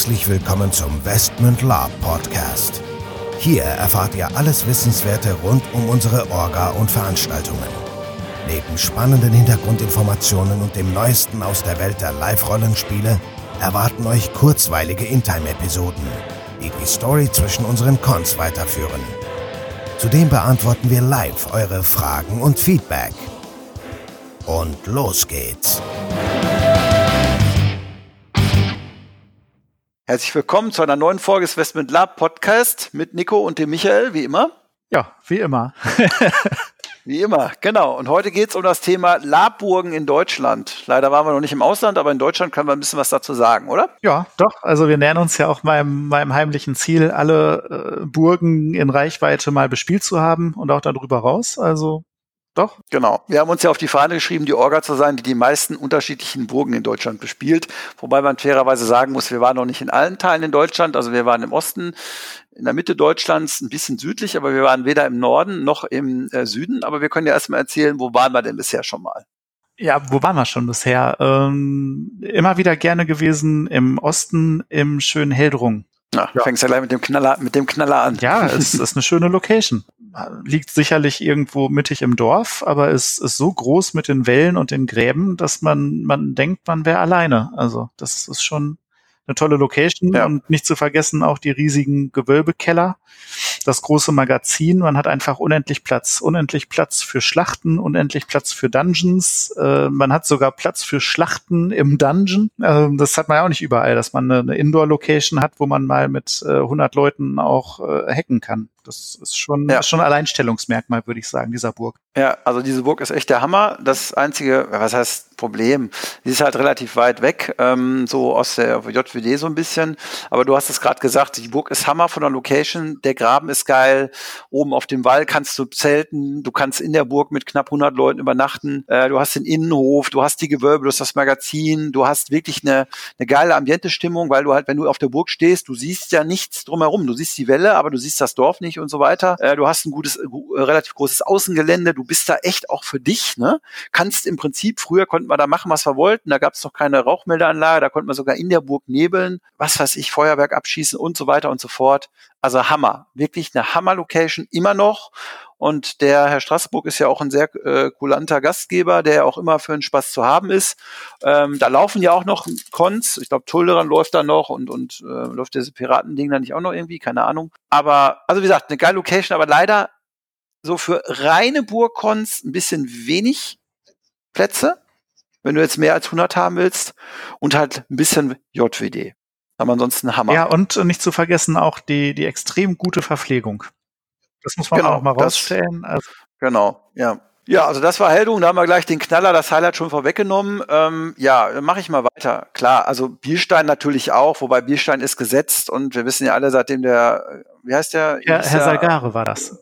Herzlich willkommen zum Westmund Lab Podcast. Hier erfahrt ihr alles Wissenswerte rund um unsere Orga und Veranstaltungen. Neben spannenden Hintergrundinformationen und dem Neuesten aus der Welt der Live-Rollenspiele erwarten euch kurzweilige In-Time-Episoden, die die Story zwischen unseren Cons weiterführen. Zudem beantworten wir live eure Fragen und Feedback. Und los geht's! Herzlich willkommen zu einer neuen Folge des Westmund Lab Podcast mit Nico und dem Michael, wie immer. Ja, wie immer. Wie immer, genau. Und heute geht es um das Thema Labburgen in Deutschland. Leider waren wir noch nicht im Ausland, aber in Deutschland können wir ein bisschen was dazu sagen, oder? Ja, doch. Also wir nähern uns ja auch meinem heimlichen Ziel, alle Burgen in Reichweite mal bespielt zu haben und auch darüber raus. Also doch. Genau. Wir haben uns ja auf die Fahne geschrieben, die Orga zu sein, die die meisten unterschiedlichen Burgen in Deutschland bespielt. Wobei man fairerweise sagen muss, wir waren noch nicht in allen Teilen in Deutschland. Also wir waren im Osten, in der Mitte Deutschlands, ein bisschen südlich, aber wir waren weder im Norden noch im Süden. Aber wir können ja erstmal erzählen, wo waren wir denn bisher schon mal? Ja, wo waren wir schon bisher? Immer wieder gerne gewesen im Osten, im schönen Heldrung. Ja. Fängst ja gleich mit dem Knaller an. Ja, es ist eine schöne Location. Liegt sicherlich irgendwo mittig im Dorf, aber es ist so groß mit den Wällen und den Gräben, dass man denkt, man wäre alleine. Also das ist schon eine tolle Location. Ja. Und nicht zu vergessen auch die riesigen Gewölbekeller, das große Magazin. Man hat einfach unendlich Platz für Schlachten, unendlich Platz für Dungeons. Man hat sogar Platz für Schlachten im Dungeon. Das hat man ja auch nicht überall, dass man eine Indoor-Location hat, wo man mal mit 100 Leuten auch hacken kann. Das ist schon ein Alleinstellungsmerkmal, würde ich sagen, dieser Burg. Ja, also diese Burg ist echt der Hammer. Das einzige, was heißt Problem, die ist halt relativ weit weg, so aus der JWD so ein bisschen. Aber du hast es gerade gesagt, die Burg ist Hammer von der Location. Der Graben ist geil. Oben auf dem Wall kannst du zelten. Du kannst in der Burg mit knapp 100 Leuten übernachten. Du hast den Innenhof, du hast die Gewölbe, du hast das Magazin. Du hast wirklich eine geile Ambiente-Stimmung, weil du halt, wenn du auf der Burg stehst, du siehst ja nichts drumherum. Du siehst die Welle, aber du siehst das Dorf nicht und so weiter. Du hast ein relativ großes Außengelände. Du bist da echt auch für dich, ne? Kannst im Prinzip, früher konnten wir da machen, was wir wollten. Da gab es noch keine Rauchmeldeanlage. Da konnten wir sogar in der Burg nebeln, was weiß ich, Feuerwerk abschießen und so weiter und so fort. Also Hammer. Wirklich eine Hammer-Location immer noch. Und der Herr Straßburg ist ja auch ein sehr kulanter Gastgeber, der auch immer für einen Spaß zu haben ist. Da laufen ja auch noch Cons. Ich glaube, Tulderan läuft da noch und läuft dieses Piratending da nicht auch noch irgendwie? Keine Ahnung. Aber, also wie gesagt, eine geile Location, aber leider so für reine Burg-Cons ein bisschen wenig Plätze, wenn du jetzt mehr als 100 haben willst. Und halt ein bisschen JWD. Aber ansonsten Hammer. Ja, und nicht zu vergessen auch die extrem gute Verpflegung. Das muss man auch mal rausstellen. Genau, ja. Ja, also das war Heldung, da haben wir gleich den Knaller, das Highlight schon vorweggenommen. Ja, mache ich mal weiter. Klar, also Bierstein natürlich auch, wobei Bierstein ist gesetzt und wir wissen ja alle, seitdem wie heißt der? Ja, Herr Sagare war das.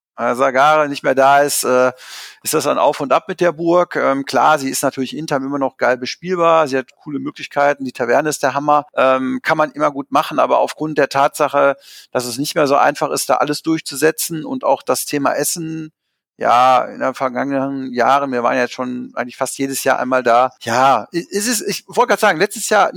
Sagare nicht mehr da ist das ein Auf und Ab mit der Burg. Klar, sie ist natürlich intern immer noch geil bespielbar, sie hat coole Möglichkeiten, die Taverne ist der Hammer, kann man immer gut machen, aber aufgrund der Tatsache, dass es nicht mehr so einfach ist, da alles durchzusetzen und auch das Thema Essen, ja, in den vergangenen Jahren, wir waren jetzt schon eigentlich fast jedes Jahr einmal da. Ja, ich wollte gerade sagen,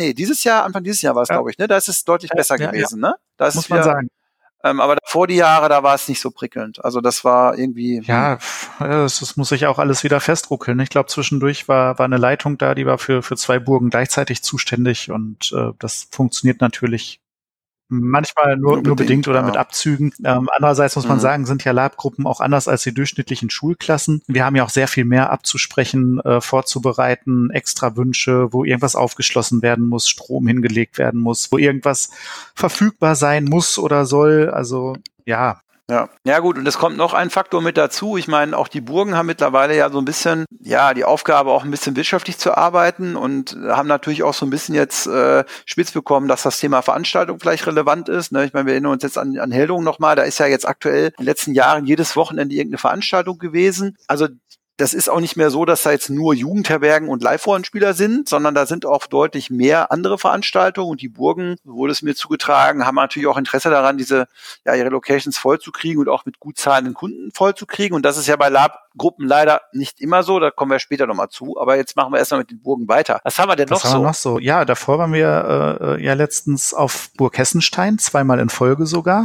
Anfang dieses Jahr war es, glaube ich, ne? Da ist es deutlich besser gewesen, ne? Da muss man sagen. Aber davor die Jahre, da war es nicht so prickelnd. Also das war irgendwie... Ja, das muss sich auch alles wieder festruckeln. Ich glaube, zwischendurch war eine Leitung da, die war für 2 Burgen gleichzeitig zuständig und das funktioniert natürlich manchmal nur bedingt oder mit Abzügen. Andererseits muss man sagen, sind ja Labgruppen auch anders als die durchschnittlichen Schulklassen. Wir haben ja auch sehr viel mehr abzusprechen, vorzubereiten, extra Wünsche, wo irgendwas aufgeschlossen werden muss, Strom hingelegt werden muss, wo irgendwas verfügbar sein muss oder soll. Also ja. Ja gut, und es kommt noch ein Faktor mit dazu. Ich meine, auch die Burgen haben mittlerweile ja so ein bisschen, ja, die Aufgabe auch ein bisschen wirtschaftlich zu arbeiten und haben natürlich auch so ein bisschen jetzt spitz bekommen, dass das Thema Veranstaltung vielleicht relevant ist. Ne? Ich meine, wir erinnern uns jetzt an Heldung nochmal, da ist ja jetzt aktuell in den letzten Jahren jedes Wochenende irgendeine Veranstaltung gewesen. Also das ist auch nicht mehr so, dass da jetzt nur Jugendherbergen und Live-Rollenspieler sind, sondern da sind auch deutlich mehr andere Veranstaltungen und die Burgen, so wurde es mir zugetragen, haben natürlich auch Interesse daran, ihre Locations vollzukriegen und auch mit gut zahlenden Kunden vollzukriegen und das ist ja bei Lab-Gruppen leider nicht immer so, da kommen wir später nochmal zu, aber jetzt machen wir erstmal mit den Burgen weiter. Was haben wir denn noch so? Was haben wir noch so? Ja, davor waren wir ja letztens auf Burg Hessenstein, 2-mal in Folge sogar.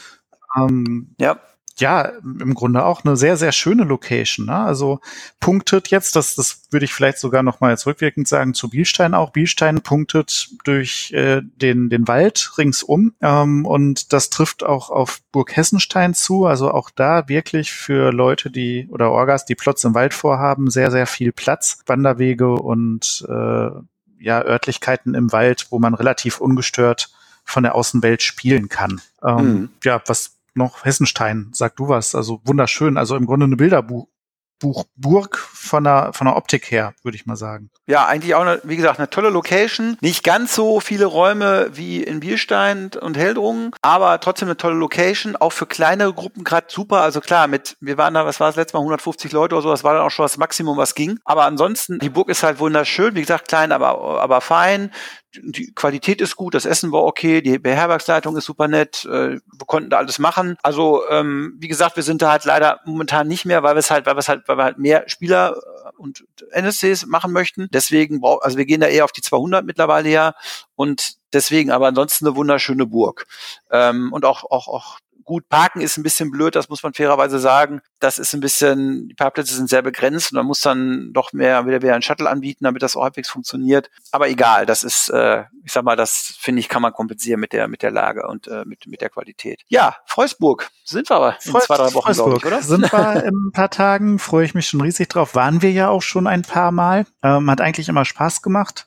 Ja, im Grunde auch eine sehr, sehr schöne Location. Ne? Also punktet jetzt, das würde ich vielleicht sogar noch mal jetzt rückwirkend sagen, zu Bielstein auch. Bielstein punktet durch den Wald ringsum und das trifft auch auf Burg Hessenstein zu. Also auch da wirklich für Leute, oder Orgas, die Plots im Wald vorhaben, sehr, sehr viel Platz, Wanderwege und Örtlichkeiten im Wald, wo man relativ ungestört von der Außenwelt spielen kann. Ja, was noch Hessenstein, sag du was, also wunderschön, also im Grunde eine Bilderbuchburg von der Optik her, würde ich mal sagen. Ja, eigentlich auch, wie gesagt, eine tolle Location. Nicht ganz so viele Räume wie in Bielstein und Heldrungen, aber trotzdem eine tolle Location, auch für kleinere Gruppen gerade super. Also klar, wir waren da, was war das letzte Mal, 150 Leute oder so, das war dann auch schon das Maximum, was ging. Aber ansonsten, die Burg ist halt wunderschön, wie gesagt, klein, aber fein. Die Qualität ist gut, das Essen war okay, die Beherbergsleitung ist super nett, wir konnten da alles machen. Also wie gesagt, wir sind da halt leider momentan nicht mehr, weil wir halt mehr Spieler und NSCs machen möchten. Deswegen, also wir gehen da eher auf die 200 mittlerweile her und deswegen, aber ansonsten eine wunderschöne Burg. Und auch gut, parken ist ein bisschen blöd, das muss man fairerweise sagen. Das ist ein bisschen, die Parkplätze sind sehr begrenzt und man muss dann doch wieder einen Shuttle anbieten, damit das auch halbwegs funktioniert. Aber egal, das ist, ich sag mal, das finde ich, kann man kompensieren mit der Lage und mit der Qualität. Ja, Freusburg sind wir aber in 2-3 Wochen, glaube ich, oder? Sind wir in ein paar Tagen, freue ich mich schon riesig drauf. Waren wir ja auch schon ein paar Mal. Hat eigentlich immer Spaß gemacht.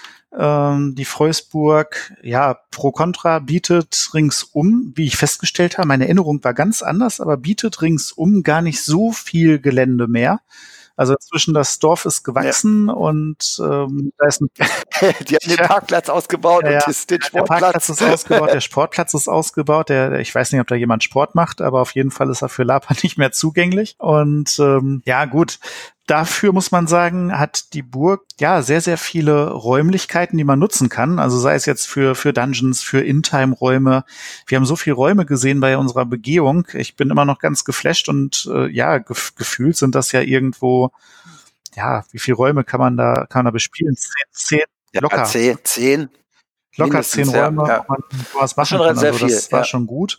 Die Freusburg, ja, pro Contra bietet ringsum, wie ich festgestellt habe, meine Erinnerung war ganz anders, aber bietet ringsum gar nicht so viel Gelände mehr. Also inzwischen das Dorf ist gewachsen und da ist die haben den Parkplatz ausgebaut und den Sportplatz. Der Parkplatz ist ausgebaut, der Sportplatz ist ausgebaut. Ich weiß nicht, ob da jemand Sport macht, aber auf jeden Fall ist er für Lapa nicht mehr zugänglich. Und ja, gut. Dafür muss man sagen, hat die Burg ja sehr, sehr viele Räumlichkeiten, die man nutzen kann. Also sei es jetzt für Dungeons, für In-Time-Räume. Wir haben so viele Räume gesehen bei unserer Begehung. Ich bin immer noch ganz geflasht und gefühlt sind das ja irgendwo, ja, wie viele Räume kann man da bespielen? 10 locker. Ja, 10. Locker 10 Räume, ja. wo man was machen kann. Also das war schon gut.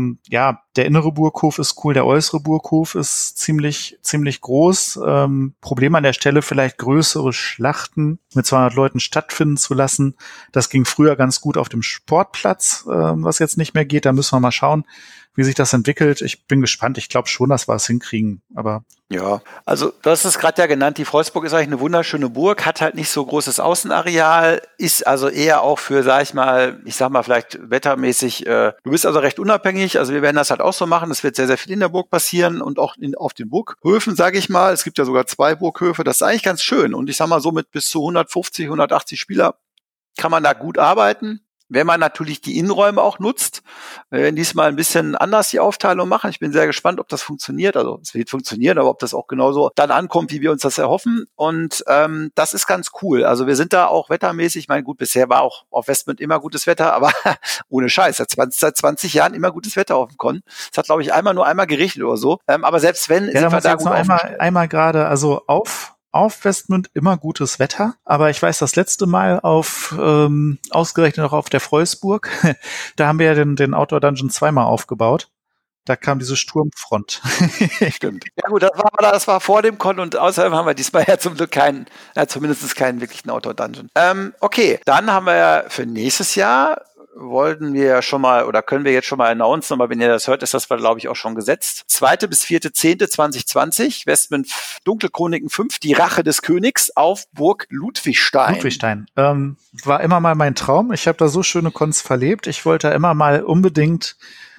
Der innere Burghof ist cool, der äußere Burghof ist ziemlich groß. Problem an der Stelle, vielleicht größere Schlachten mit 200 Leuten stattfinden zu lassen. Das ging früher ganz gut auf dem Sportplatz, was jetzt nicht mehr geht. Da müssen wir mal schauen, wie sich das entwickelt. Ich bin gespannt. Ich glaube schon, dass wir es hinkriegen. Aber ja, also du hast es gerade ja genannt, die Freusburg ist eigentlich eine wunderschöne Burg, hat halt nicht so großes Außenareal, ist also eher auch für, ich sag mal vielleicht wettermäßig, du bist also recht unabhängig, also wir werden das halt auch so machen, es wird sehr, sehr viel in der Burg passieren und auch auf den Burghöfen, sage ich mal, es gibt ja sogar 2 Burghöfe, das ist eigentlich ganz schön und ich sag mal so mit bis zu 150, 180 Spieler kann man da gut arbeiten. Wenn man natürlich die Innenräume auch nutzt, wir werden diesmal ein bisschen anders die Aufteilung machen. Ich bin sehr gespannt, ob das funktioniert. Also es wird funktionieren, aber ob das auch genauso dann ankommt, wie wir uns das erhoffen. Und das ist ganz cool. Also wir sind da auch wettermäßig. Ich meine, gut, bisher war auch auf Westmund immer gutes Wetter, aber ohne Scheiß, seit 20 Jahren immer gutes Wetter auf dem Con. Es hat, glaube ich, nur einmal geregnet oder so. Aber selbst wenn, sind wir da gut einmal gerade, also auf Westmund immer gutes Wetter, aber ich weiß, das letzte Mal ausgerechnet auch auf der Freusburg, da haben wir ja den Outdoor Dungeon 2-mal aufgebaut. Da kam diese Sturmfront. Stimmt. Ja gut, das war vor dem Con und außerdem haben wir diesmal ja zum Glück zumindest keinen wirklichen Outdoor Dungeon. Okay, dann haben wir ja für nächstes Jahr wollten wir schon mal oder können wir jetzt schon mal announcen, aber wenn ihr das hört, ist das, glaube ich, auch schon gesetzt. 2. bis 4.10.2020, Westmund Dunkelchroniken 5, die Rache des Königs auf Burg Ludwigstein. War immer mal mein Traum. Ich habe da so schöne Cons verlebt. Ich wollte da immer mal unbedingt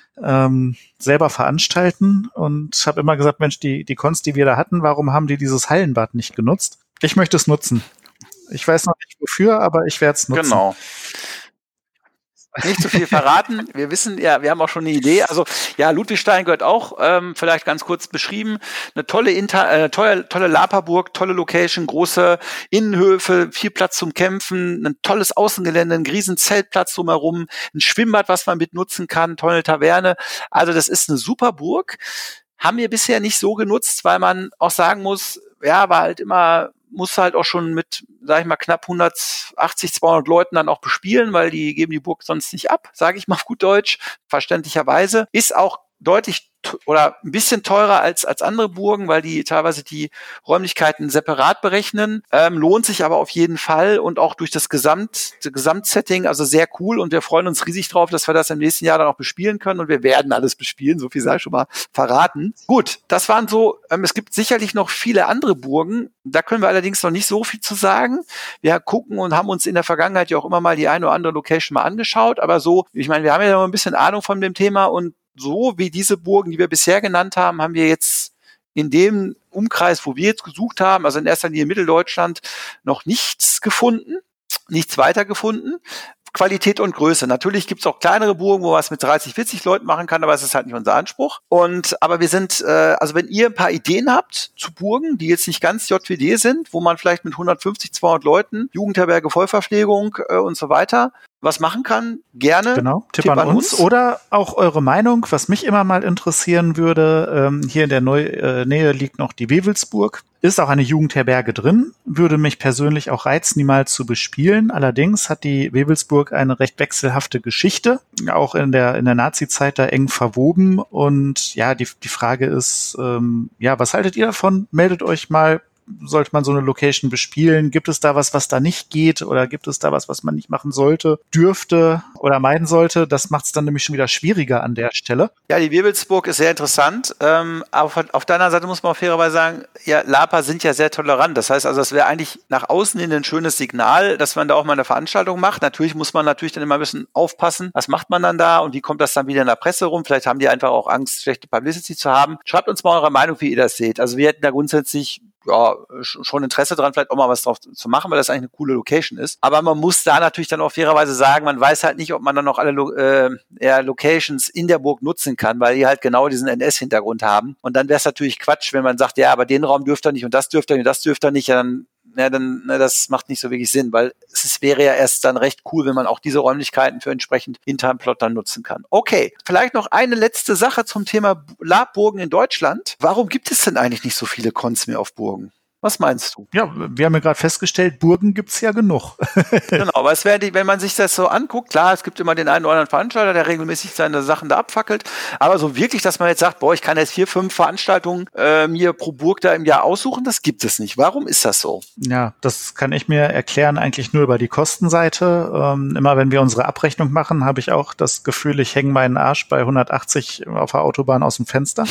selber veranstalten und habe immer gesagt, Mensch, die Cons, die wir da hatten, warum haben die dieses Hallenbad nicht genutzt? Ich möchte es nutzen. Ich weiß noch nicht wofür, aber ich werde es nutzen. Genau. Nicht zu viel verraten. Wir wissen, ja, wir haben auch schon eine Idee. Also ja, Ludwigstein gehört auch, vielleicht ganz kurz beschrieben, eine tolle tolle Laperburg, tolle Location, große Innenhöfe, viel Platz zum Kämpfen, ein tolles Außengelände, ein riesen Zeltplatz drumherum, ein Schwimmbad, was man mit nutzen kann, tolle Taverne. Also das ist eine super Burg. Haben wir bisher nicht so genutzt, weil man auch sagen muss, ja, war halt immer, muss halt auch schon mit, sag ich mal, knapp 180, 200 Leuten dann auch bespielen, weil die geben die Burg sonst nicht ab, sage ich mal auf gut Deutsch, verständlicherweise. Ist auch deutlich oder ein bisschen teurer als andere Burgen, weil die teilweise die Räumlichkeiten separat berechnen. Lohnt sich aber auf jeden Fall und auch durch das Gesamtsetting, also sehr cool, und wir freuen uns riesig drauf, dass wir das im nächsten Jahr dann auch bespielen können, und wir werden alles bespielen, so viel sei schon mal verraten. Gut, das waren so, es gibt sicherlich noch viele andere Burgen, da können wir allerdings noch nicht so viel zu sagen. Wir gucken und haben uns in der Vergangenheit ja auch immer mal die eine oder andere Location mal angeschaut, aber so, ich meine, wir haben ja noch ein bisschen Ahnung von dem Thema, und so wie diese Burgen, die wir bisher genannt haben, haben wir jetzt in dem Umkreis, wo wir jetzt gesucht haben, also in erster Linie Mitteldeutschland, noch nichts gefunden, nichts weiter gefunden. Qualität und Größe. Natürlich gibt's auch kleinere Burgen, wo man es mit 30, 40 Leuten machen kann, aber es ist halt nicht unser Anspruch. Aber wir sind, also wenn ihr ein paar Ideen habt zu Burgen, die jetzt nicht ganz JWD sind, wo man vielleicht mit 150, 200 Leuten, Jugendherberge, Vollverpflegung und so weiter was machen kann, gerne. Genau, Tipp an uns. Oder auch eure Meinung, was mich immer mal interessieren würde. Hier in der Nähe liegt noch die Wewelsburg. Ist auch eine Jugendherberge drin. Würde mich persönlich auch reizen, die mal zu bespielen. Allerdings hat die Wewelsburg eine recht wechselhafte Geschichte. Auch in der Nazi-Zeit da eng verwoben. Und ja, die Frage ist, was haltet ihr davon? Meldet euch mal. Sollte man so eine Location bespielen? Gibt es da was da nicht geht? Oder gibt es da was man nicht machen sollte, dürfte oder meiden sollte? Das macht es dann nämlich schon wieder schwieriger an der Stelle. Ja, die Wewelsburg ist sehr interessant. Auf deiner Seite muss man auch fairerweise sagen, ja, Laper sind ja sehr tolerant. Das heißt also, es wäre eigentlich nach außen hin ein schönes Signal, dass man da auch mal eine Veranstaltung macht. Natürlich muss man dann immer ein bisschen aufpassen. Was macht man dann da und wie kommt das dann wieder in der Presse rum? Vielleicht haben die einfach auch Angst, schlechte Publicity zu haben. Schreibt uns mal eure Meinung, wie ihr das seht. Also wir hätten da grundsätzlich schon Interesse dran, vielleicht auch mal was drauf zu machen, weil das eigentlich eine coole Location ist. Aber man muss da natürlich dann auch fairerweise sagen, man weiß halt nicht, ob man dann noch alle Locations in der Burg nutzen kann, weil die halt genau diesen NS-Hintergrund haben. Und dann wäre es natürlich Quatsch, wenn man sagt, ja, aber den Raum dürft ihr nicht und das dürft ihr nicht und das dürft ihr nicht, dann das macht nicht so wirklich Sinn, weil es wäre ja erst dann recht cool, wenn man auch diese Räumlichkeiten für entsprechend internen Plot dann nutzen kann. Okay, vielleicht noch eine letzte Sache zum Thema Labburgen in Deutschland. Warum gibt es denn eigentlich nicht so viele Cons mehr auf Burgen? Was meinst du? Ja, wir haben ja gerade festgestellt, Burgen gibt's ja genug. Genau, aber es wäre, wenn man sich das so anguckt, klar, es gibt immer den einen oder anderen Veranstalter, der regelmäßig seine Sachen da abfackelt, aber so wirklich, dass man jetzt sagt, ich kann jetzt 4, 5 Veranstaltungen mir pro Burg da im Jahr aussuchen, das gibt es nicht. Warum ist das so? Ja, das kann ich mir erklären eigentlich nur über die Kostenseite. Immer wenn wir unsere Abrechnung machen, habe ich auch das Gefühl, ich hänge meinen Arsch bei 180 auf der Autobahn aus dem Fenster.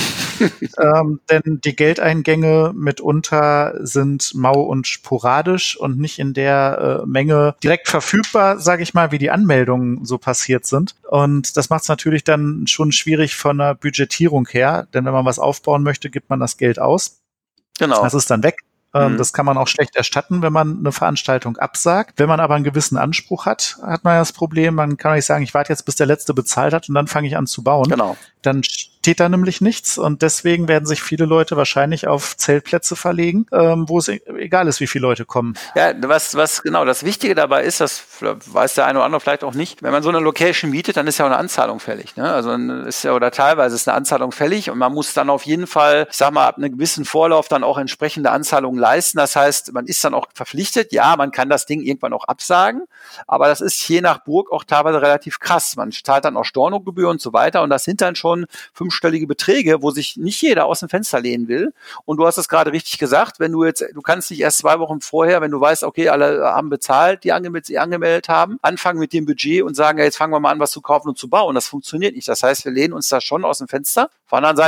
Denn die Geldeingänge mitunter sind mau und sporadisch und nicht in der Menge direkt verfügbar, sage ich mal, wie die Anmeldungen so passiert sind. Und das macht es natürlich dann schon schwierig von der Budgetierung her, denn wenn man was aufbauen möchte, gibt man das Geld aus. Genau. Das ist dann weg. Das kann man auch schlecht erstatten, wenn man eine Veranstaltung absagt. Wenn man aber einen gewissen Anspruch hat man ja das Problem, man kann nicht sagen, ich warte jetzt, bis der Letzte bezahlt hat und dann fange ich an zu bauen. Genau. Dann steht da nämlich nichts und deswegen werden sich viele Leute wahrscheinlich auf Zeltplätze verlegen, wo es egal ist, wie viele Leute kommen. Ja, was genau das Wichtige dabei ist, das weiß der eine oder andere vielleicht auch nicht, wenn man so eine Location mietet, dann ist ja auch eine Anzahlung fällig, ne? Also ist ja, oder teilweise ist eine Anzahlung fällig und man muss dann auf jeden Fall, ich sag mal, ab einem gewissen Vorlauf dann auch entsprechende Anzahlungen leisten. Das heißt, man ist dann auch verpflichtet, ja, man kann das Ding irgendwann auch absagen, aber das ist je nach Burg auch teilweise relativ krass. Man zahlt dann auch Stornogebühr und so weiter und das sind dann schon 5-stellige Beträge, wo sich nicht jeder aus dem Fenster lehnen will. Und du hast es gerade richtig gesagt, du kannst nicht erst 2 Wochen vorher, wenn du weißt, okay, alle haben bezahlt, die angemeldet haben, anfangen mit dem Budget und sagen, ja, jetzt fangen wir mal an, was zu kaufen und zu bauen. Das funktioniert nicht. Das heißt, wir lehnen uns da schon aus dem Fenster. Auf der anderen Seite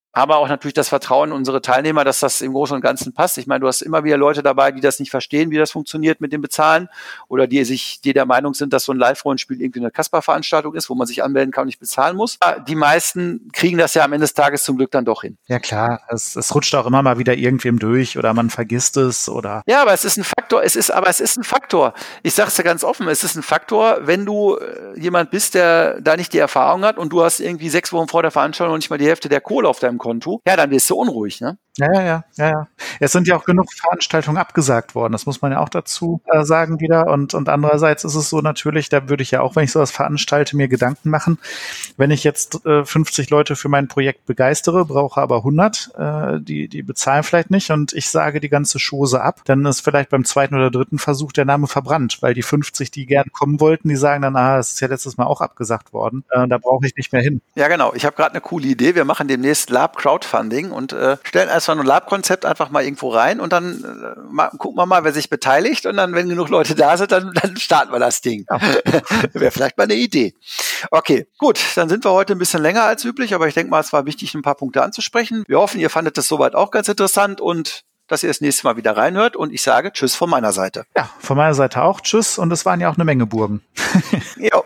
haben wir auch natürlich das Vertrauen in unsere Teilnehmer, dass das im Großen und Ganzen passt. Ich meine, du hast immer wieder Leute dabei, die das nicht verstehen, wie das funktioniert mit dem Bezahlen oder die der Meinung sind, dass so ein Live-Rollenspiel irgendwie eine Kasper-Veranstaltung ist, wo man sich anmelden kann und nicht bezahlen muss. Die meisten kriegen das ja am Ende des Tages zum Glück dann doch hin. Ja klar, es rutscht auch immer mal wieder irgendwem durch oder man vergisst es oder... Ja, aber es ist ein Faktor. Es ist ein Faktor. Ich sag's dir ganz offen, es ist ein Faktor, wenn du jemand bist, der da nicht die Erfahrung hat und du hast irgendwie 6 Wochen vor der Veranstaltung noch nicht mal die Hälfte der Kohle auf deinem Konto, ja, dann wirst du unruhig, ne? Ja. Es sind ja auch genug Veranstaltungen abgesagt worden. Das muss man ja auch dazu sagen wieder. Und andererseits ist es so natürlich, da würde ich ja auch, wenn ich sowas veranstalte, mir Gedanken machen. Wenn ich jetzt 50 Leute für mein Projekt begeistere, brauche aber 100, die bezahlen vielleicht nicht und ich sage die ganze Chose ab, dann ist vielleicht beim 2. oder 3. Versuch der Name verbrannt, weil die 50, die gern kommen wollten, die sagen dann, es ist ja letztes Mal auch abgesagt worden. Da brauche ich nicht mehr hin. Ja, genau. Ich habe gerade eine coole Idee. Wir machen demnächst Lab-Crowdfunding und stellen erstmal ein Lab-Konzept einfach mal irgendwo rein und dann gucken wir mal, wer sich beteiligt und dann, wenn genug Leute da sind, dann starten wir das Ding. Ja. Wäre vielleicht mal eine Idee. Okay, gut, dann sind wir heute ein bisschen länger als üblich, aber ich denke mal, es war wichtig, ein paar Punkte anzusprechen. Wir hoffen, ihr fandet das soweit auch ganz interessant und dass ihr das nächste Mal wieder reinhört und ich sage Tschüss von meiner Seite. Ja, von meiner Seite auch Tschüss und es waren ja auch eine Menge Burgen. Jo.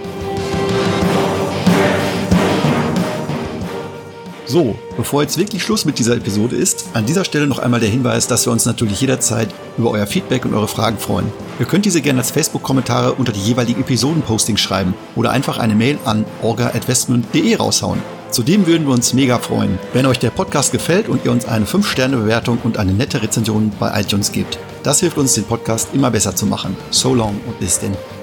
So, bevor jetzt wirklich Schluss mit dieser Episode ist, an dieser Stelle noch einmal der Hinweis, dass wir uns natürlich jederzeit über euer Feedback und eure Fragen freuen. Ihr könnt diese gerne als Facebook-Kommentare unter die jeweiligen Episoden-Postings schreiben oder einfach eine Mail an orga@westmund.de raushauen. Zudem würden wir uns mega freuen, wenn euch der Podcast gefällt und ihr uns eine 5-Sterne-Bewertung und eine nette Rezension bei iTunes gebt. Das hilft uns, den Podcast immer besser zu machen. So long und bis denn.